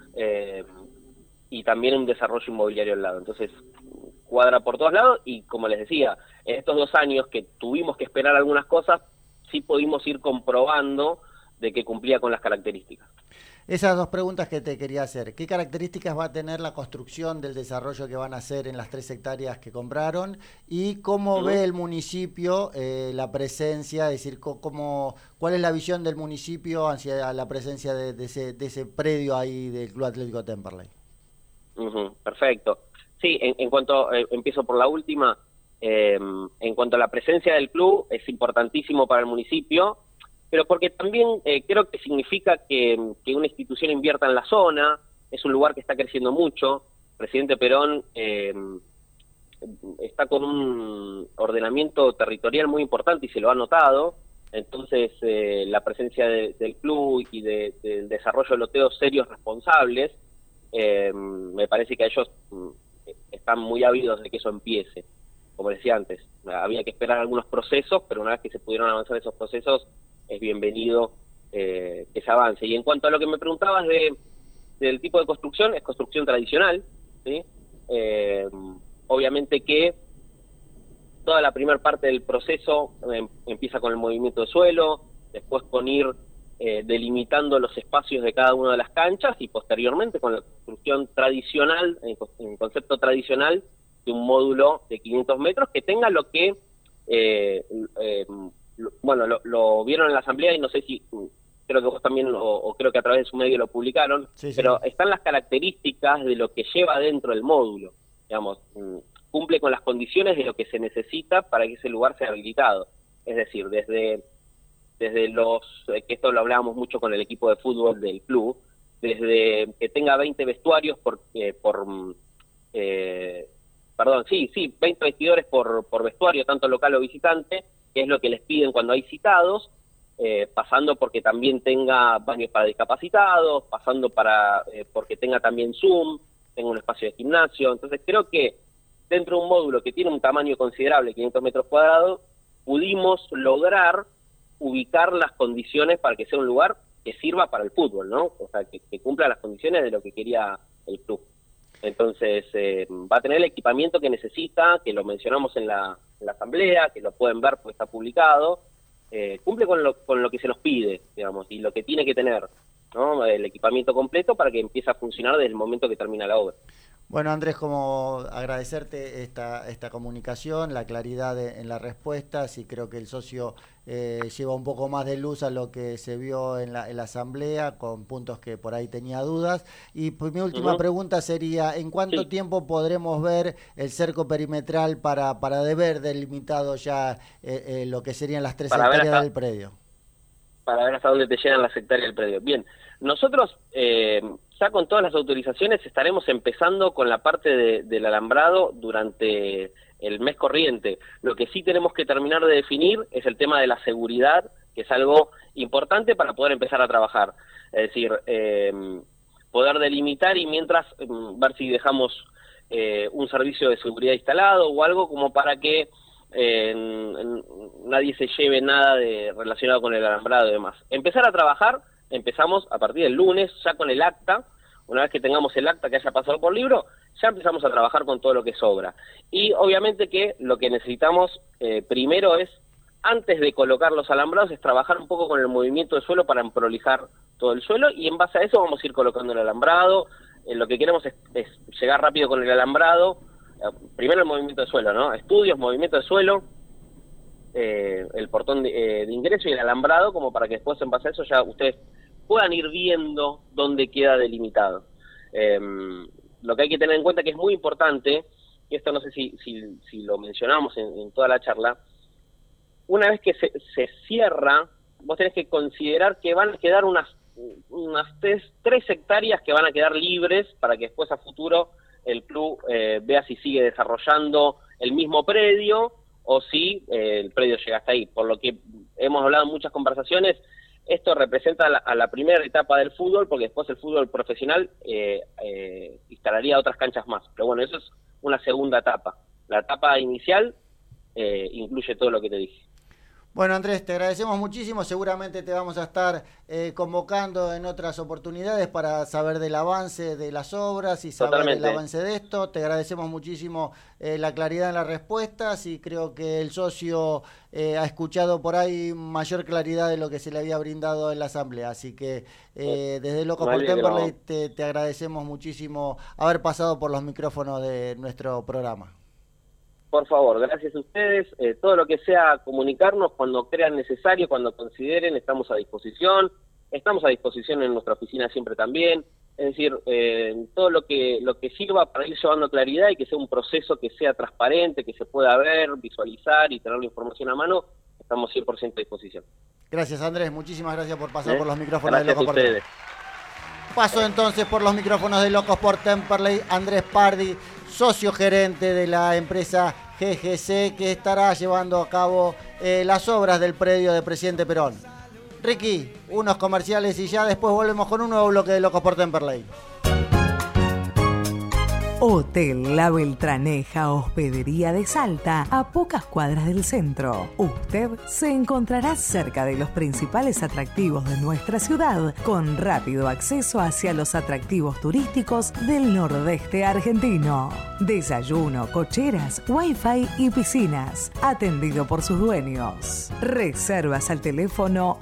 y también un desarrollo inmobiliario al lado. Entonces cuadra por todos lados, y como les decía, en estos 2 años que tuvimos que esperar algunas cosas, sí pudimos ir comprobando de que cumplía con las características. Esas 2 preguntas que te quería hacer. ¿Qué características va a tener la construcción del desarrollo que van a hacer en las 3 hectáreas que compraron? ¿Y cómo ve el municipio la presencia? Es decir, ¿cuál es la visión del municipio hacia la presencia de ese predio ahí del Club Atlético Temperley? Perfecto. Sí, en cuanto, empiezo por la última, en cuanto a la presencia del club, es importantísimo para el municipio, pero porque también creo que significa que una institución invierta en la zona. Es un lugar que está creciendo mucho. El presidente Perón está con un ordenamiento territorial muy importante y se lo ha notado. Entonces, la presencia del club y del desarrollo de loteos serios responsables, me parece que ellos están muy ávidos de que eso empiece. Como decía antes, había que esperar algunos procesos, pero una vez que se pudieron avanzar esos procesos, es bienvenido ese avance. Y en cuanto a lo que me preguntabas del tipo de construcción, es construcción tradicional, ¿sí? Obviamente que toda la primera parte del proceso empieza con el movimiento de suelo, después con ir delimitando los espacios de cada una de las canchas y posteriormente con la construcción tradicional, en concepto tradicional, de un módulo de 500 metros que tenga lo que, lo vieron en la asamblea y no sé si, creo que vos también, o creo que a través de su medio lo publicaron, pero están las características de lo que lleva dentro del módulo, digamos, cumple con las condiciones de lo que se necesita para que ese lugar sea habilitado, es decir, desde los, que esto lo hablábamos mucho con el equipo de fútbol del club, desde que tenga 20 vestuarios 20 vestidores por vestuario, tanto local o visitante, que es lo que les piden cuando hay citados, pasando porque también tenga baños para discapacitados, pasando porque tenga también Zoom, tenga un espacio de gimnasio. Entonces creo que dentro de un módulo que tiene un tamaño considerable, 500 metros cuadrados, pudimos lograr ubicar las condiciones para que sea un lugar que sirva para el fútbol, ¿no? O sea, que cumpla las condiciones de lo que quería el club. Entonces, va a tener el equipamiento que necesita, que lo mencionamos en la asamblea, que lo pueden ver porque está publicado, cumple con lo que se nos pide, digamos, y lo que tiene que tener, ¿no? El equipamiento completo para que empiece a funcionar desde el momento que termina la obra. Bueno, Andrés, como agradecerte esta comunicación, la claridad en las respuestas, y creo que el socio lleva un poco más de luz a lo que se vio en la asamblea, con puntos que por ahí tenía dudas. Y pues, mi última pregunta sería, ¿en cuánto tiempo podremos ver el cerco perimetral para ver delimitado ya lo que serían las 3 hectáreas del predio? Para ver hasta dónde te llegan las hectáreas del predio. Bien, nosotros ya con todas las autorizaciones estaremos empezando con la parte del alambrado durante el mes corriente. Lo que sí tenemos que terminar de definir es el tema de la seguridad, que es algo importante para poder empezar a trabajar. Es decir, poder delimitar y mientras ver si dejamos un servicio de seguridad instalado o algo como para que nadie se lleve nada relacionado con el alambrado y demás. Empezar a trabajar, empezamos a partir del lunes, ya con el acta. Una vez que tengamos el acta que haya pasado por libro, ya empezamos a trabajar con todo lo que sobra. Y obviamente que lo que necesitamos primero es, antes de colocar los alambrados, es trabajar un poco con el movimiento del suelo para emprolijar todo el suelo, y en base a eso vamos a ir colocando el alambrado. Lo que queremos es llegar rápido con el alambrado. Primero el movimiento del suelo, ¿no? Estudios, movimiento del suelo, el portón de ingreso y el alambrado, como para que después en base a eso ya ustedes puedan ir viendo dónde queda delimitado. Lo que hay que tener en cuenta que es muy importante, y esto no sé si lo mencionamos en toda la charla, una vez que se cierra, vos tenés que considerar que van a quedar unas 3 hectáreas que van a quedar libres para que después a futuro el club vea si sigue desarrollando el mismo predio o si el predio llega hasta ahí. Por lo que hemos hablado en muchas conversaciones, esto representa a la primera etapa del fútbol, porque después el fútbol profesional instalaría otras canchas más. Pero bueno, eso es una segunda etapa. La etapa inicial incluye todo lo que te dije. Bueno, Andrés, te agradecemos muchísimo. Seguramente te vamos a estar convocando en otras oportunidades para saber del avance de las obras y saber del avance de esto. Te agradecemos muchísimo la claridad en las respuestas, y creo que el socio ha escuchado por ahí mayor claridad de lo que se le había brindado en la asamblea. Así que desde Locos por Temperley te agradecemos muchísimo haber pasado por los micrófonos de nuestro programa. Por favor, gracias a ustedes. Todo lo que sea comunicarnos cuando crean necesario, cuando consideren, estamos a disposición. Estamos a disposición en nuestra oficina siempre también. Es decir, todo lo que sirva para ir llevando claridad y que sea un proceso que sea transparente, que se pueda ver, visualizar y tener la información a mano, estamos 100% a disposición. Gracias, Andrés. Muchísimas gracias por pasar por los micrófonos de Locos por Temperley. Paso entonces por los micrófonos de Locos por Temperley, Andrés Pardi, socio gerente de la empresa GGC, que estará llevando a cabo las obras del predio de Presidente Perón. Ricky, unos comerciales y ya después volvemos con un nuevo bloque de Locos por Temperley. Hotel La Beltraneja Hospedería de Salta, a pocas cuadras del centro. Usted se encontrará cerca de los principales atractivos de nuestra ciudad, con rápido acceso hacia los atractivos turísticos del nordeste argentino. Desayuno, cocheras, wifi y piscinas, atendido por sus dueños. Reservas al teléfono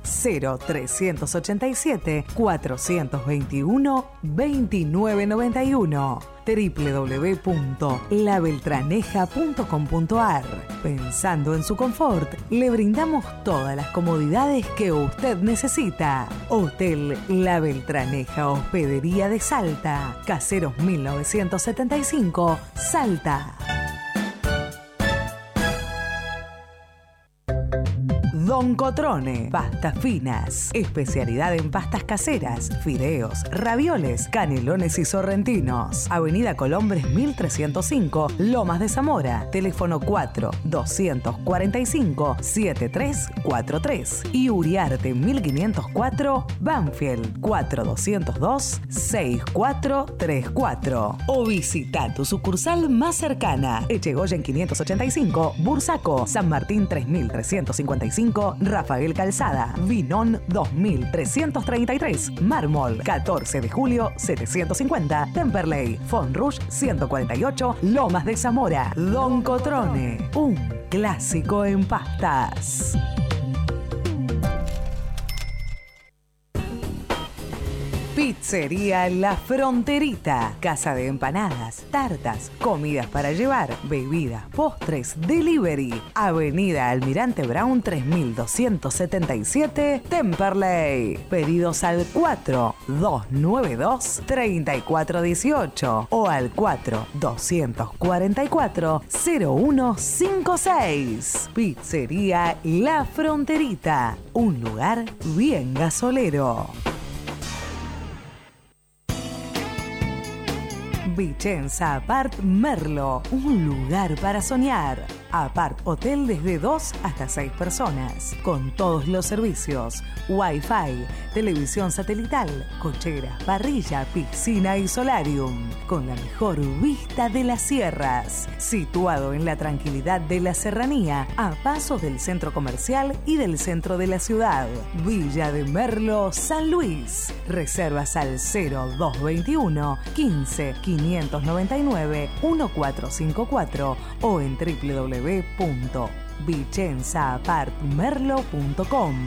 0387 421 2991. www.labeltraneja.com.ar. Pensando en su confort, le brindamos todas las comodidades que usted necesita. Hotel La Beltraneja Hospedería de Salta, Caseros 1975, Salta. Don Cotrone, pastas finas, especialidad en pastas caseras, fideos, ravioles, canelones y sorrentinos. Avenida Colombres 1305, Lomas de Zamora, teléfono 4-245-7343 y Uriarte 1504, Banfield 4202-6434. O visita tu sucursal más cercana, Echegoyen 585, Bursaco, San Martín 3355, Rafael Calzada, Vinón 2333, Mármol 14 de julio 750, Temperley, Fonrush 148, Lomas de Zamora. Don Cotrone, un clásico en pastas. Pizzería La Fronterita, casa de empanadas, tartas, comidas para llevar, bebidas, postres, delivery. Avenida Almirante Brown 3277, Temperley. Pedidos al 4292-3418 o al 4244-0156. Pizzería La Fronterita, un lugar bien gasolero. Vicenza Apart Merlo, un lugar para soñar. Apart Hotel desde 2 hasta 6 personas, con todos los servicios, Wi-Fi, televisión satelital, cocheras, parrilla, piscina y solarium, con la mejor vista de las sierras, situado en la tranquilidad de la serranía, a paso del centro comercial y del centro de la ciudad. Villa de Merlo, San Luis. Reservas al 0221 15 599 1454 o en www.vicenzaapartmerlo.com.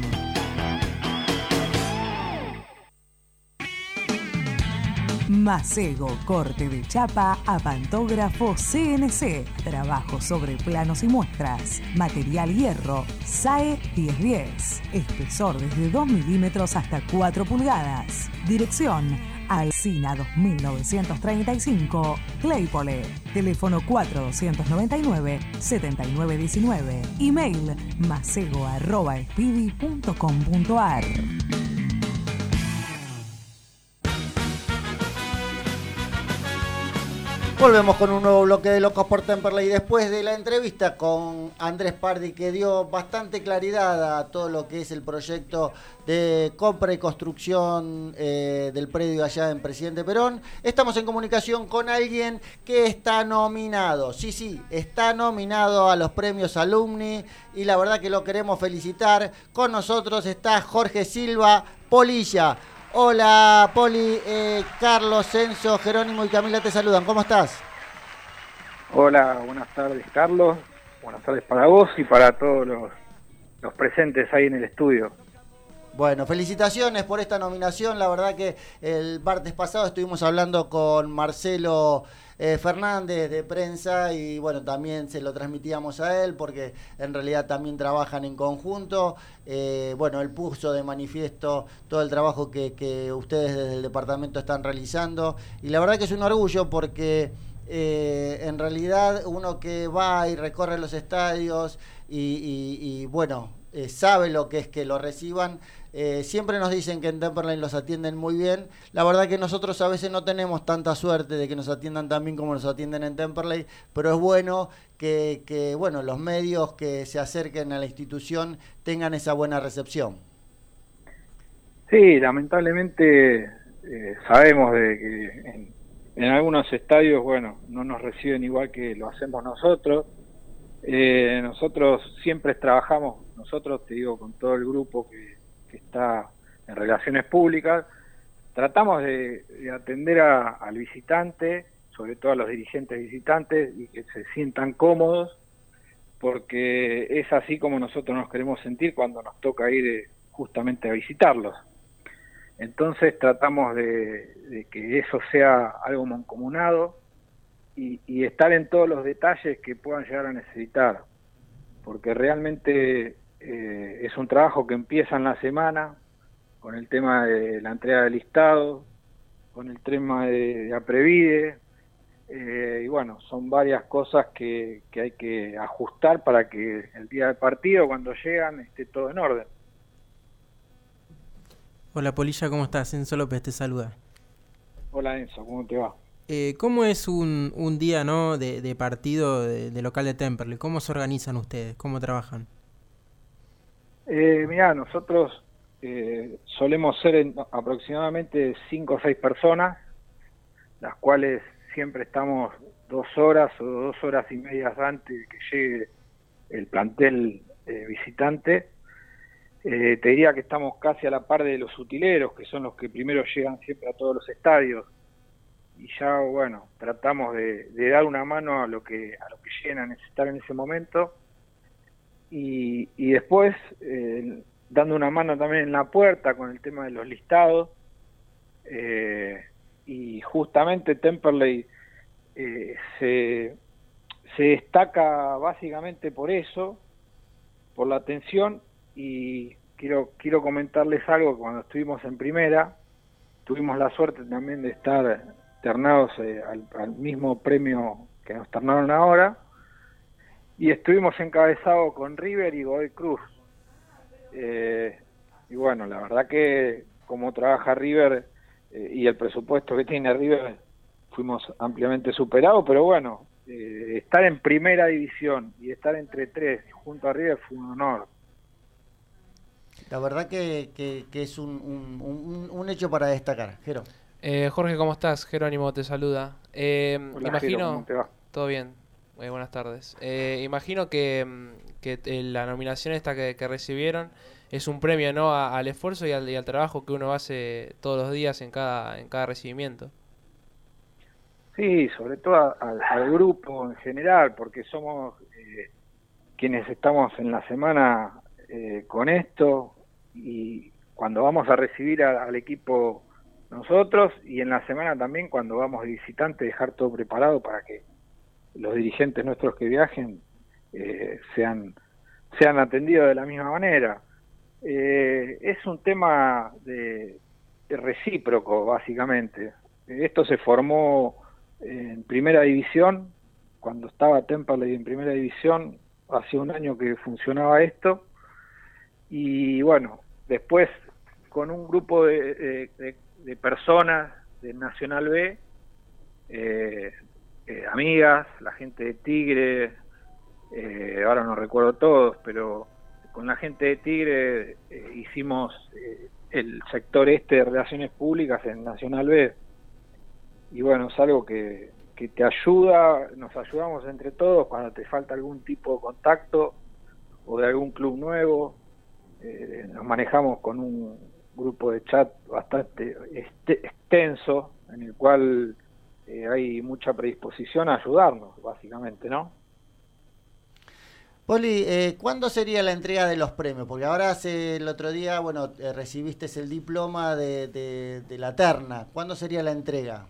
Macego, corte de chapa a pantógrafo CNC, trabajo sobre planos y muestras, material hierro, SAE 1010, espesor desde 2 milímetros hasta 4 pulgadas, dirección Alsina 2935, Claypole, teléfono 4299-7919, email macego@speedy.com.ar. Volvemos con un nuevo bloque de Locos por Temperley después de la entrevista con Andrés Pardi, que dio bastante claridad a todo lo que es el proyecto de compra y construcción del predio allá en Presidente Perón. Estamos en comunicación con alguien que está nominado, sí, está nominado a los premios Alumni y la verdad que lo queremos felicitar. Con nosotros está Jorge Silva Polilla. Hola, Poli, Carlos, Enzo, Jerónimo y Camila te saludan. ¿Cómo estás? Hola, buenas tardes, Carlos. Buenas tardes para vos y para todos los presentes ahí en el estudio. Bueno, felicitaciones por esta nominación. La verdad que el martes pasado estuvimos hablando con Marcelo Fernández de prensa y bueno, también se lo transmitíamos a él porque en realidad también trabajan en conjunto. Bueno, él puso de manifiesto todo el trabajo que ustedes desde el departamento están realizando y la verdad que es un orgullo porque en realidad uno que va y recorre los estadios y bueno, sabe lo que es que lo reciban. Siempre nos dicen que en Temperley los atienden muy bien. La verdad que nosotros a veces no tenemos tanta suerte de que nos atiendan tan bien como nos atienden en Temperley, pero es bueno que bueno, los medios que se acerquen a la institución tengan esa buena recepción. Sí, lamentablemente sabemos de que En algunos estadios, bueno, no nos reciben igual que lo hacemos nosotros. Nosotros siempre trabajamos, nosotros te digo, con todo el grupo que está en relaciones públicas, tratamos de atender al visitante, sobre todo a los dirigentes visitantes, y que se sientan cómodos, porque es así como nosotros nos queremos sentir cuando nos toca ir justamente a visitarlos. Entonces tratamos de que eso sea algo mancomunado y estar en todos los detalles que puedan llegar a necesitar, porque realmente es un trabajo que empieza en la semana, con el tema de la entrega del listado, con el tema de Aprevide, y bueno, son varias cosas que hay que ajustar para que el día del partido, cuando llegan, esté todo en orden. Hola Polilla, ¿cómo estás? Enzo López te saluda. Hola Enzo, ¿cómo te va? ¿Cómo es un día, ¿no, de partido de local de Temperley? ¿Cómo se organizan ustedes? ¿Cómo trabajan? Mirá, nosotros solemos ser aproximadamente 5 o 6 personas, las cuales siempre estamos 2 horas o 2 horas y media antes de que llegue el plantel visitante. Te diría que estamos casi a la par de los utileros, que son los que primero llegan siempre a todos los estadios, y ya, bueno, tratamos de dar una mano a lo que lleguen a necesitar en ese momento, y después dando una mano también en la puerta con el tema de los listados, y justamente Temperley se destaca básicamente por eso, por la atención. Y quiero comentarles algo, que cuando estuvimos en primera, tuvimos la suerte también de estar ternados al mismo premio que nos ternaron ahora, y estuvimos encabezados con River y Godoy Cruz. Y bueno, la verdad que como trabaja River y el presupuesto que tiene River, fuimos ampliamente superados, pero bueno, estar en primera división y estar entre 3 junto a River fue un honor. La verdad que es un hecho para destacar. Jero. Jorge, ¿cómo estás? Jerónimo te saluda. Hola, Imagino... Jero, ¿cómo te va? Todo bien. Buenas tardes. Imagino que la nominación esta que recibieron es un premio, ¿no? Al esfuerzo y al trabajo que uno hace todos los días en cada recibimiento. Sí, sobre todo al grupo en general, porque somos quienes estamos en la semana con esto, y cuando vamos a recibir al equipo nosotros, y en la semana también cuando vamos de visitante, dejar todo preparado para que los dirigentes nuestros que viajen sean atendidos de la misma manera. Es un tema de recíproco, básicamente. Esto se formó en primera división, cuando estaba Temperley en primera división, hace un año que funcionaba esto, y bueno, después con un grupo de personas del Nacional B, amigas, la gente de Tigre, ahora no recuerdo todos, pero con la gente de Tigre hicimos el sector de Relaciones Públicas en Nacional B, y bueno, es algo que te ayuda, nos ayudamos entre todos cuando te falta algún tipo de contacto o de algún club nuevo. Nos manejamos con un grupo de chat bastante extenso, en el cual hay mucha predisposición a ayudarnos, básicamente, ¿no? Poli, ¿cuándo sería la entrega de los premios? Porque ahora el otro día, bueno, recibiste el diploma de la terna. ¿Cuándo sería la entrega?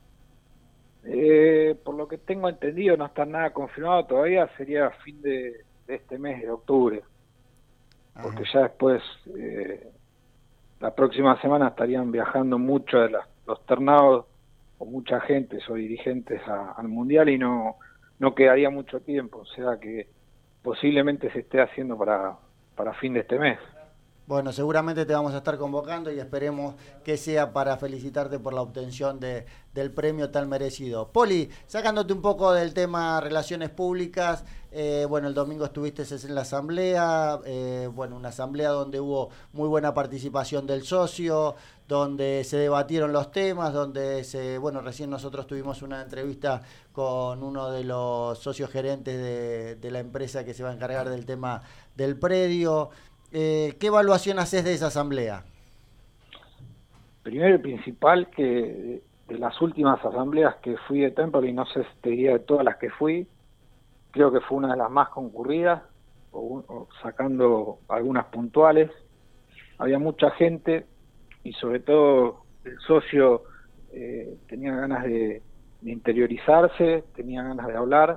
Por lo que tengo entendido, no está nada confirmado todavía, sería a fin de este mes de octubre. Porque ya después, la próxima semana estarían viajando muchos de los ternados, o mucha gente, o dirigentes al Mundial, y no quedaría mucho tiempo, o sea que posiblemente se esté haciendo para fin de este mes. Bueno, seguramente te vamos a estar convocando y esperemos que sea para felicitarte por la obtención del premio tan merecido. Poli, sacándote un poco del tema relaciones públicas, bueno, el domingo estuviste en la asamblea, bueno, una asamblea donde hubo muy buena participación del socio, donde se debatieron los temas, bueno, recién nosotros tuvimos una entrevista con uno de los socios gerentes de la empresa que se va a encargar del tema del predio. ¿Qué evaluación haces de esa asamblea? Primero y principal, que de las últimas asambleas que fui de Temperley, no sé si te diría de todas las que fui, creo que fue una de las más concurridas, o sacando algunas puntuales. Había mucha gente y sobre todo el socio tenía ganas de interiorizarse, tenía ganas de hablar,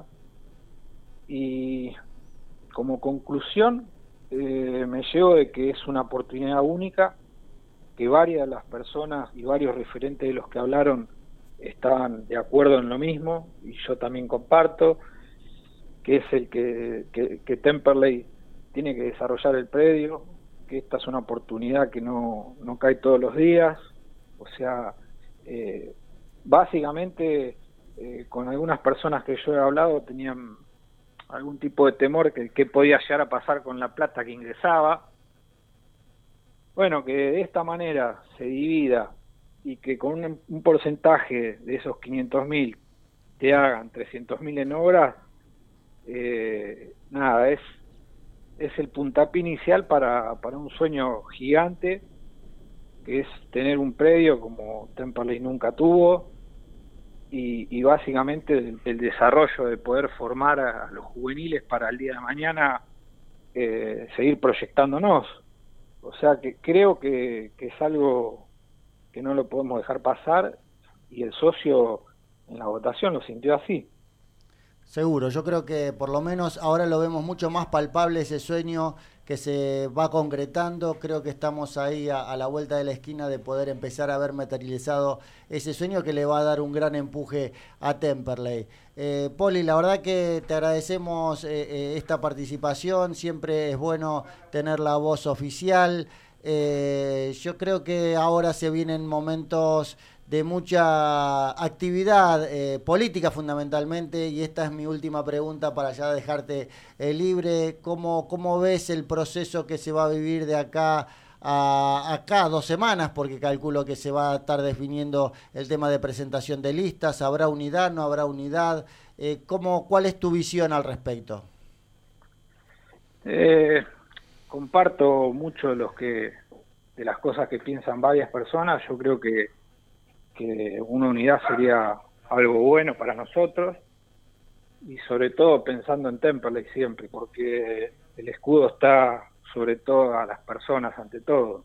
y como conclusión me llevo de que es una oportunidad única, que varias de las personas y varios referentes de los que hablaron estaban de acuerdo en lo mismo, y yo también comparto, que es el que Temperley tiene que desarrollar el predio, que esta es una oportunidad que no cae todos los días. O sea, básicamente con algunas personas que yo he hablado tenían algún tipo de temor que podía llegar a pasar con la plata que ingresaba. Bueno, que de esta manera se divida y que con un porcentaje de esos 500.000 te hagan 300.000 en obras, nada, es el puntapié inicial para un sueño gigante, que es tener un predio como Temperley nunca tuvo, y básicamente el desarrollo de poder formar a los juveniles para el día de mañana seguir proyectándonos. O sea que creo que es algo que no lo podemos dejar pasar, y el socio en la votación lo sintió así. Seguro, yo creo que por lo menos ahora lo vemos mucho más palpable, ese sueño que se va concretando. Creo que estamos ahí a la vuelta de la esquina de poder empezar a ver materializado ese sueño que le va a dar un gran empuje a Temperley. Poli, la verdad que te agradecemos esta participación, siempre es bueno tener la voz oficial. Yo creo que ahora se vienen momentos de mucha actividad política fundamentalmente, y esta es mi última pregunta para ya dejarte libre. ¿Cómo ves el proceso que se va a vivir de acá a acá 2 semanas? Porque calculo que se va a estar definiendo el tema de presentación de listas. ¿Habrá unidad, no habrá unidad? ¿Cuál es tu visión al respecto? Comparto mucho de las cosas que piensan varias personas. Yo creo que una unidad sería algo bueno para nosotros, y sobre todo pensando en Temperley siempre, porque el escudo está sobre todo a las personas ante todo.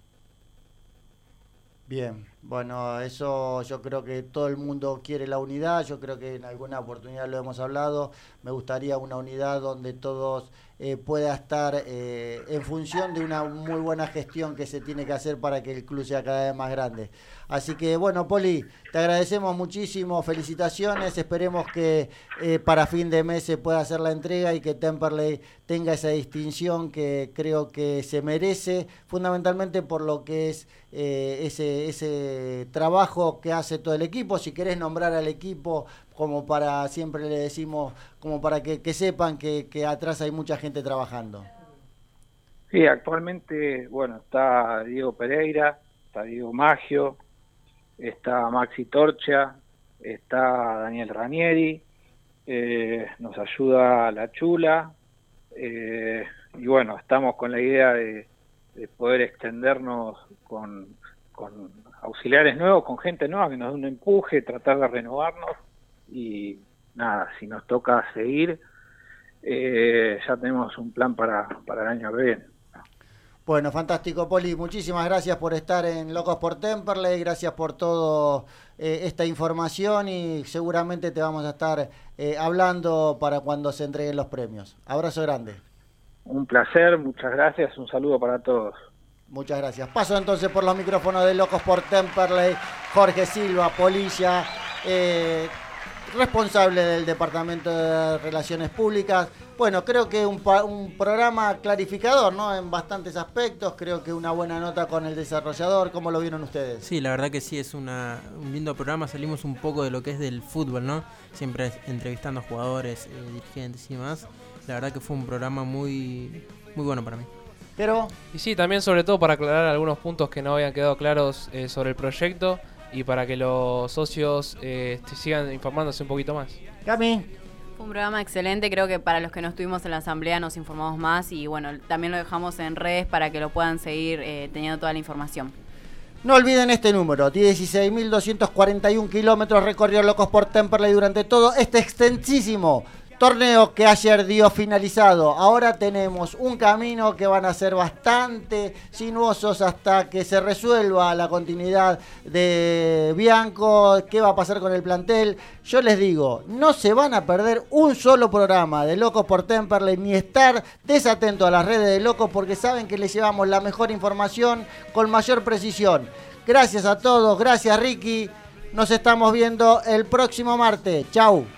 Bien, bueno, eso yo creo que todo el mundo quiere la unidad. Yo creo que en alguna oportunidad lo hemos hablado. Me gustaría una unidad donde todos pueda estar en función de una muy buena gestión que se tiene que hacer para que el club sea cada vez más grande. Así que bueno, Poli, te agradecemos muchísimo, felicitaciones, esperemos que para fin de mes se pueda hacer la entrega y que Temperley tenga esa distinción que creo que se merece, fundamentalmente por lo que es ese trabajo que hace todo el equipo. Si querés nombrar al equipo, como para, siempre le decimos, como para que sepan que atrás hay mucha gente trabajando. Sí, actualmente, bueno, está Diego Pereira, está Diego Maggio, está Maxi Torcha, está Daniel Ranieri, nos ayuda La Chula, y bueno, estamos con la idea de poder extendernos con auxiliares nuevos, con gente nueva que nos dé un empuje, tratar de renovarnos, y nada, si nos toca seguir, ya tenemos un plan para el año que viene. Bueno, fantástico, Poli, muchísimas gracias por estar en Locos por Temperley, gracias por toda esta información, y seguramente te vamos a estar hablando para cuando se entreguen los premios. Abrazo grande. Un placer, muchas gracias, un saludo para todos. Muchas gracias. Paso entonces por los micrófonos de Locos por Temperley, Jorge Silva, Polilla. responsable del Departamento de Relaciones Públicas. Bueno, creo que un programa clarificador, ¿no? En bastantes aspectos. Creo que una buena nota con el desarrollador. ¿Cómo lo vieron ustedes? Sí, la verdad que sí, es un lindo programa. Salimos un poco de lo que es del fútbol, ¿no? Siempre entrevistando jugadores, dirigentes y demás. La verdad que fue un programa muy, muy bueno para mí. Pero... Y sí, también sobre todo para aclarar algunos puntos que no habían quedado claros sobre el proyecto y para que los socios sigan informándose un poquito más. Cami. Fue un programa excelente, creo que para los que no estuvimos en la asamblea nos informamos más y bueno, también lo dejamos en redes para que lo puedan seguir teniendo toda la información. No olviden este número, 16.241 kilómetros recorrió Locos por Temperley durante todo este extensísimo torneo que ayer dio finalizado. Ahora tenemos un camino que van a ser bastante sinuosos hasta que se resuelva la continuidad de Bianco, qué va a pasar con el plantel. Yo les digo, no se van a perder un solo programa de Locos por Temperley, ni estar desatentos a las redes de Locos, porque saben que les llevamos la mejor información con mayor precisión. Gracias a todos, gracias Ricky. Nos estamos viendo el próximo martes. Chau.